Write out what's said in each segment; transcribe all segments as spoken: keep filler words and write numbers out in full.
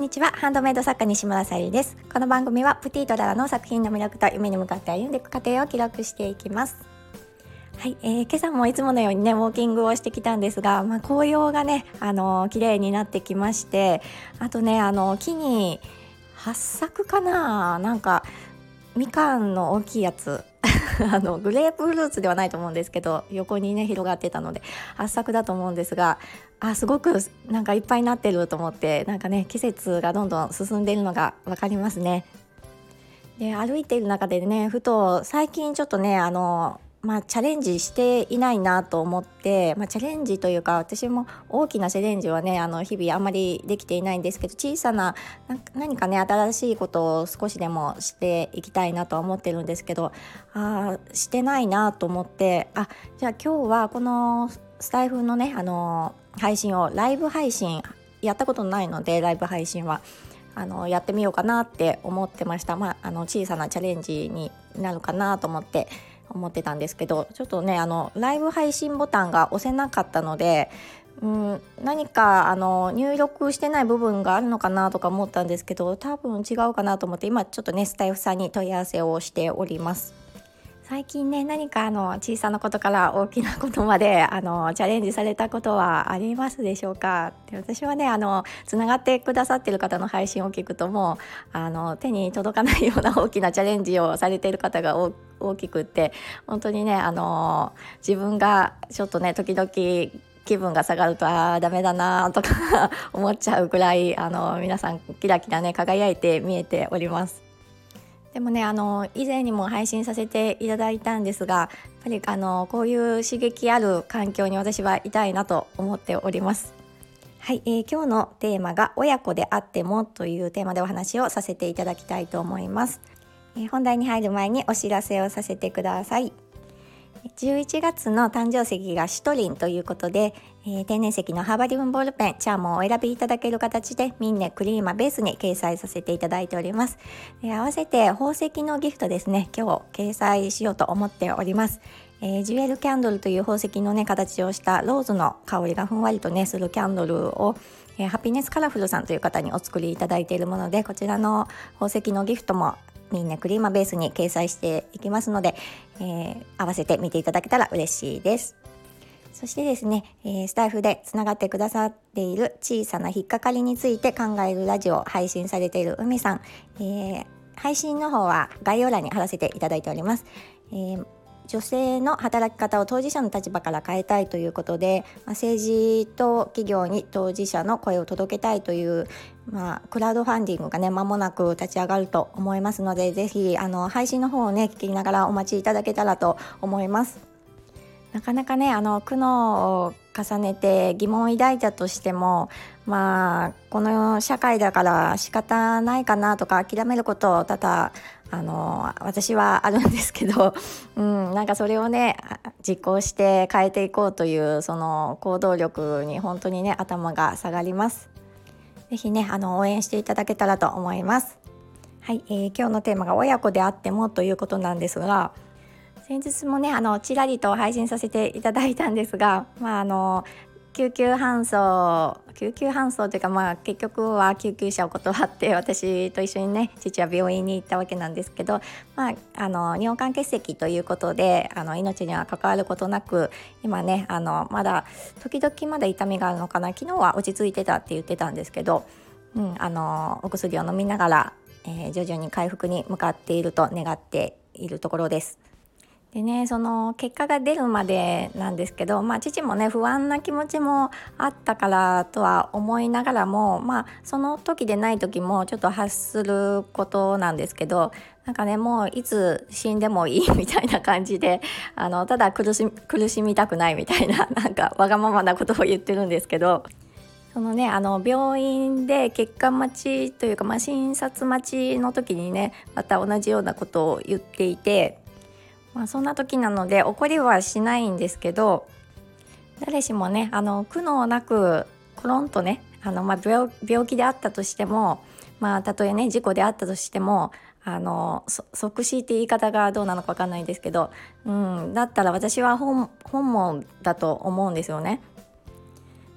にちは。ハンドメイド作家西村さゆりです。この番組はプティとララの作品の魅力と夢に向かって歩んでいく過程を記録していきます。はい、えー、今朝もいつものようにねウォーキングをしてきたんですが、まあ、紅葉がねあの綺麗になってきまして、あとねあの木に八朔かな、なんかみかんの大きいやつあのグレープフルーツではないと思うんですけど、横にね広がってたので八朔だと思うんですが、あすごくなんかいっぱいになってると思って、なんかね季節がどんどん進んでいるのが分かりますね。で歩いている中でねふと最近ちょっとねあのまあ、チャレンジしていないなと思って、まあ、チャレンジというか私も大きなチャレンジはねあの日々あんまりできていないんですけど、小さな何かね新しいことを少しでもしていきたいなとは思ってるんですけど、あしてないなと思って、あじゃあ今日はこのスタイフのねあの配信をライブ配信やったことないので、ライブ配信はあのやってみようかなって思ってました。まあ、あの小さなチャレンジになるかなと思って思ってたんですけど、ちょっとねあのライブ配信ボタンが押せなかったので、うん、何かあの入力してない部分があるのかなとか思ったんですけど、多分違うかなと思って今ちょっとねスタイフさんに問い合わせをしております。最近ね何かあの小さなことから大きなことまであのチャレンジされたことはありますでしょうか。で私はねあのつながってくださっている方の配信を聞くと、もうあの手に届かないような大きなチャレンジをされている方が大きくって、本当にねあの自分がちょっとね時々気分が下がるとあーダメだなとか思っちゃうくらい、あの皆さんキラキラね輝いて見えております。でもねあの以前にも配信させていただいたんですが、やっぱりあのこういう刺激ある環境に私はいたいなと思っております。はい、えー、今日のテーマが親子であってもというテーマでお話をさせていただきたいと思います。えー、本題に入る前にお知らせをさせてください。じゅういちがつの誕生石がシトリンということで、えー、天然石のハーバリウムボールペンチャームをお選びいただける形でミンネクリーマベースに掲載させていただいております。えー、合わせて宝石のギフトですね、今日掲載しようと思っております。えー、ジュエルキャンドルという宝石のね形をしたローズの香りがふんわりとねするキャンドルを、えー、ハピネスカラフルさんという方にお作りいただいているもので、こちらの宝石のギフトもみんなクリーマベースに掲載していきますので、えー、合わせて見ていただけたら嬉しいです。そしてですね、えー、スタイフでつながってくださっている小さな引っかかりについて考えるラジオを配信されている海さん、えー、配信の方は概要欄に貼らせていただいております。えー女性の働き方を当事者の立場から変えたいということで、まあ、政治と企業に当事者の声を届けたいという、まあ、クラウドファンディングがね間もなく立ち上がると思いますので、ぜひあの配信の方をね聞きながらお待ちいただけたらと思います。なかなかねあの苦悩を重ねて疑問を抱いたとしても、まあこの社会だから仕方ないかなとか諦めることを多々あの私はあるんですけど、うん、なんかそれをね実行して変えていこうというその行動力に本当にね頭が下がります。ぜひねあの応援していただけたらと思います。はい、えー、今日のテーマが親子であってもということなんですが、先日もねあのちらりと配信させていただいたんですが、まあ、あの救急搬送救急搬送というか、まあ、結局は救急車を断って私と一緒にね父は病院に行ったわけなんですけど、まあ、あの尿管結石ということであの命には関わることなく今ねあのまだ時々まだ痛みがあるのかな、昨日は落ち着いてたって言ってたんですけど、うん、あのお薬を飲みながら、えー、徐々に回復に向かっていると願っているところです。でね、その結果が出るまでなんですけど、まあ、父もね不安な気持ちもあったからとは思いながらも、まあ、その時でない時もちょっと発することなんですけど、なんかねもういつ死んでもいいみたいな感じであのただ苦し、苦しみたくないみたいななんかわがままなことを言ってるんですけど、そのねあの病院で結果待ちというか、まあ、診察待ちの時にねまた同じようなことを言っていて、まあ、そんな時なので怒りはしないんですけど、誰しもねあの苦悩なくコロンとねあの、まあ、病, 病気であったとしても、まあ、たとえね事故であったとしてもあの即死って言い方がどうなのか分かんないんですけど、うん、だったら私は 本, 本望だと思うんですよね。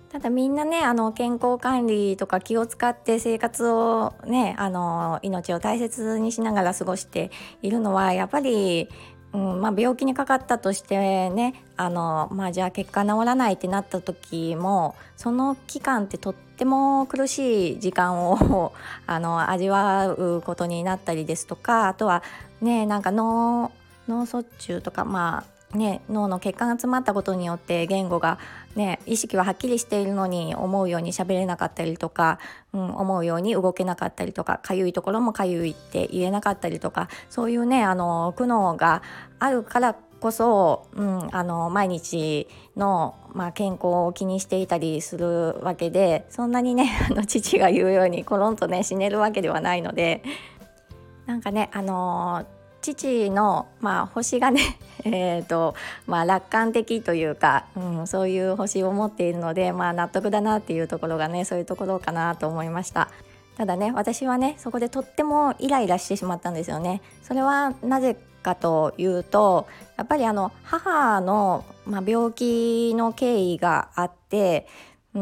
ただみんなねあの健康管理とか気を使って生活をねあの命を大切にしながら過ごしているのはやっぱり、うんまあ、病気にかかったとしてねあの、まあ、じゃあ結果治らないってなった時もその期間ってとっても苦しい時間をあの味わうことになったりですとか、あとはねなんか脳脳卒中とかまあね、脳の血管が詰まったことによって言語が、ね、意識ははっきりしているのに思うように喋れなかったりとか、うん、思うように動けなかったりとか、かゆいところもかゆいって言えなかったりとか、そういうねあの苦悩があるからこそ、うん、あの毎日の、まあ、健康を気にしていたりするわけで、そんなにねあの父が言うようにコロンとね死ねるわけではないので、なんかねあのー父の、まあ、星がねえーと、まあ、楽観的というか、うん、そういう星を持っているので、まあ、納得だなっていうところがねそういうところかなと思いました。ただね私はねそこでとってもイライラしてしまったんですよね。それはなぜかというとやっぱりあの母の、まあ、病気の経緯があって、うん、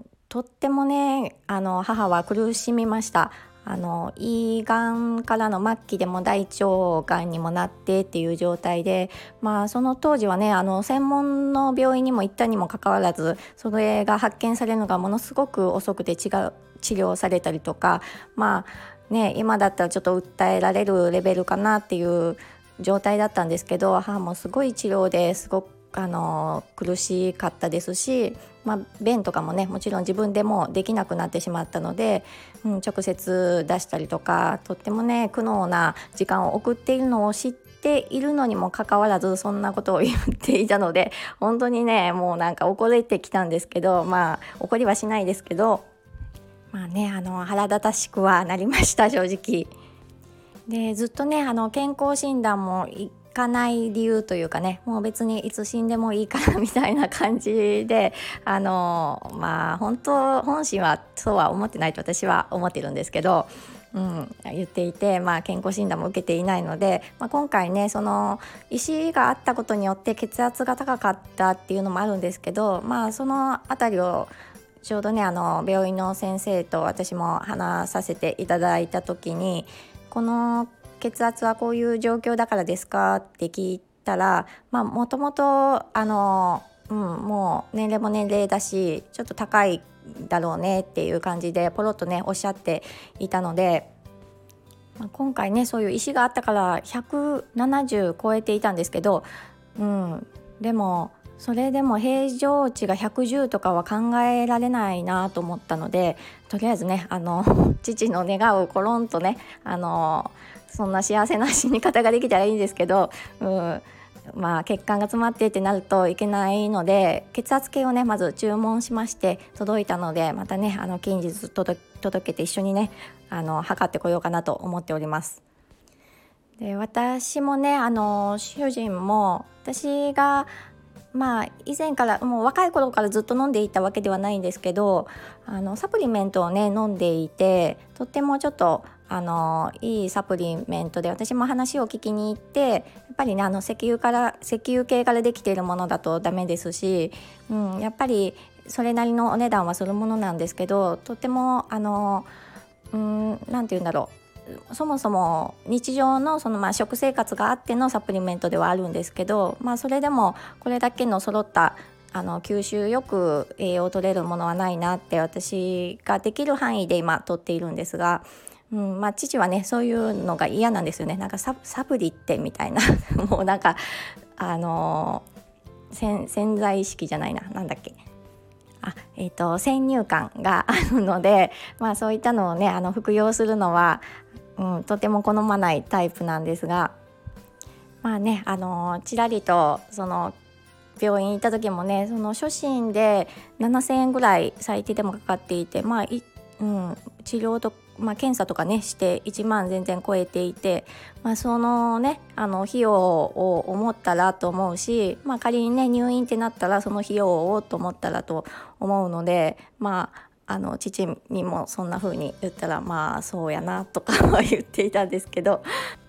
とってもねあの母は苦しみました。あの胃がんからの末期でも大腸がんにもなってっていう状態で、まあ、その当時はねあの専門の病院にも行ったにもかかわらずそれが発見されるのがものすごく遅くて違う治療されたりとか、まあね今だったらちょっと訴えられるレベルかなっていう状態だったんですけど、母もすごい治療ですごくあの苦しかったですし、まあ、便とかもねもちろん自分でもできなくなってしまったので、うん、直接出したりとかとってもね苦悩な時間を送っているのを知っているのにもかかわらずそんなことを言っていたので、本当にねもうなんか怒れてきたんですけど、まあ怒りはしないですけど、まあねあの腹立たしくはなりました正直。でずっとねあの健康診断も行かない理由というかね、もう別にいつ死んでもいいからみたいな感じであのまあ本当本心はそうは思ってないと私は思ってるんですけど、うん、言っていて、まあ、健康診断も受けていないので、まあ、今回ねその石があったことによって血圧が高かったっていうのもあるんですけど、まあそのあたりをちょうどねあの病院の先生と私も話させていただいた時に、この血圧はこういう状況だからですかって聞いたら、まあもともとあの、うん、もう年齢も年齢だしちょっと高いだろうねっていう感じでポロッとねおっしゃっていたので、まあ、今回ねそういう石があったからひゃくななじゅう超えていたんですけど、うん、でもそれでも平常値がひゃくじゅうとかは考えられないなと思ったので、とりあえずねあの父の願うコロンとねあのそんな幸せな死に方ができたらいいんですけど、うん、まあ血管が詰まってってなるといけないので血圧計をねまず注文しまして届いたので、またねあの近日届届けて一緒にねあの測ってこようかなと思っております。で私もねあの主人も私がまあ以前からもう若い頃からずっと飲んでいたわけではないんですけど、あのサプリメントをね飲んでいて、とってもちょっとあのいいサプリメントで私も話を聞きに行って、やっぱりねあの石油から石油系からできているものだとダメですし、うん、やっぱりそれなりのお値段はするものなんですけど、とってもあのうんなんて言うんだろう、そもそも日常のそのまあ食生活があってのサプリメントではあるんですけど、まあ、それでもこれだけの揃ったあの吸収よく栄養を取れるものはないなって私ができる範囲で今取っているんですが、うんまあ、父はねそういうのが嫌なんですよね。なんか サ, サプリってみたいなもうなんかあのー、潜在意識じゃないな、なんだっけあ、えーと、先入観があるので、まあ、そういったのをねあの服用するのはうん、とても好まないタイプなんですが、まあねあのちらりとその病院行った時もねその初診でななせんえんぐらい最低でもかかっていて、まあいうん、治療と、まあ、検査とかねしていちまん全然超えていて、まあ、そのねあの費用を思ったらと思うし、まあ、仮にね入院ってなったらその費用をと思ったらと思うので、まああの父にもそんな風に言ったらまあそうやなとかは言っていたんですけど、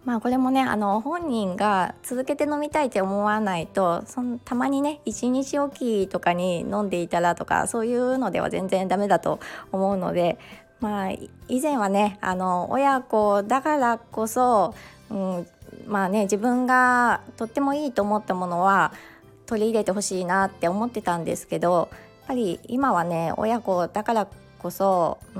まあこれもね、あの本人が続けて飲みたいって思わないと、そのたまにねいちにちおきとかに飲んでいたらとか、そういうのでは全然ダメだと思うので、まあ以前はね、あの親子だからこそ、うん、まあね、自分がとってもいいと思ったものは取り入れてほしいなって思ってたんですけど、やっぱり今はね、親子だからこそ、うん、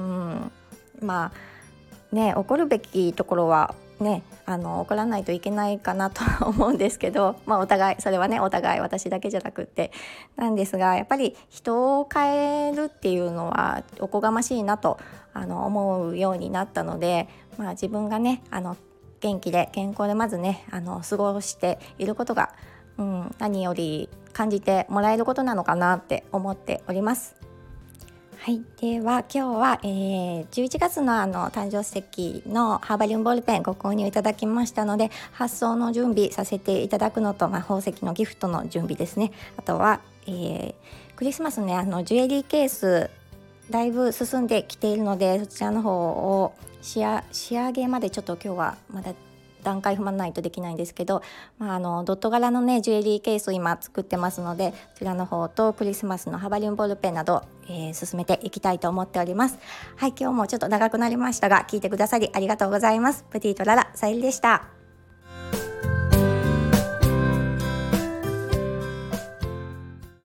まあね、怒るべきところはね、あの怒らないといけないかなと思うんですけど、まあお互い、それはねお互い、私だけじゃなくってなんですが、やっぱり人を変えるっていうのはおこがましいなとあの思うようになったので、まあ自分がね、あの元気で健康でまずね、あの過ごしていることが、うん、何より感じてもらえることなのかなって思っております。はい、では今日は、えー、じゅういちがつのあの誕生石のハーバリウムボールペンご購入いただきましたので、発送の準備させていただくのと、まあ、宝石のギフトの準備ですね。あとは、えー、クリスマスね、あのジュエリーケースだいぶ進んできているので、そちらの方を仕上仕上げまでちょっと今日はまだ段階踏まないとできないんですけど、まあ、あのドット柄のねジュエリーケースを今作ってますので、こちらの方とクリスマスのハバリウムボールペンなど、えー、進めていきたいと思っております。はい、今日もちょっと長くなりましたが聞いてくださりありがとうございます。プティとララさゆりでした。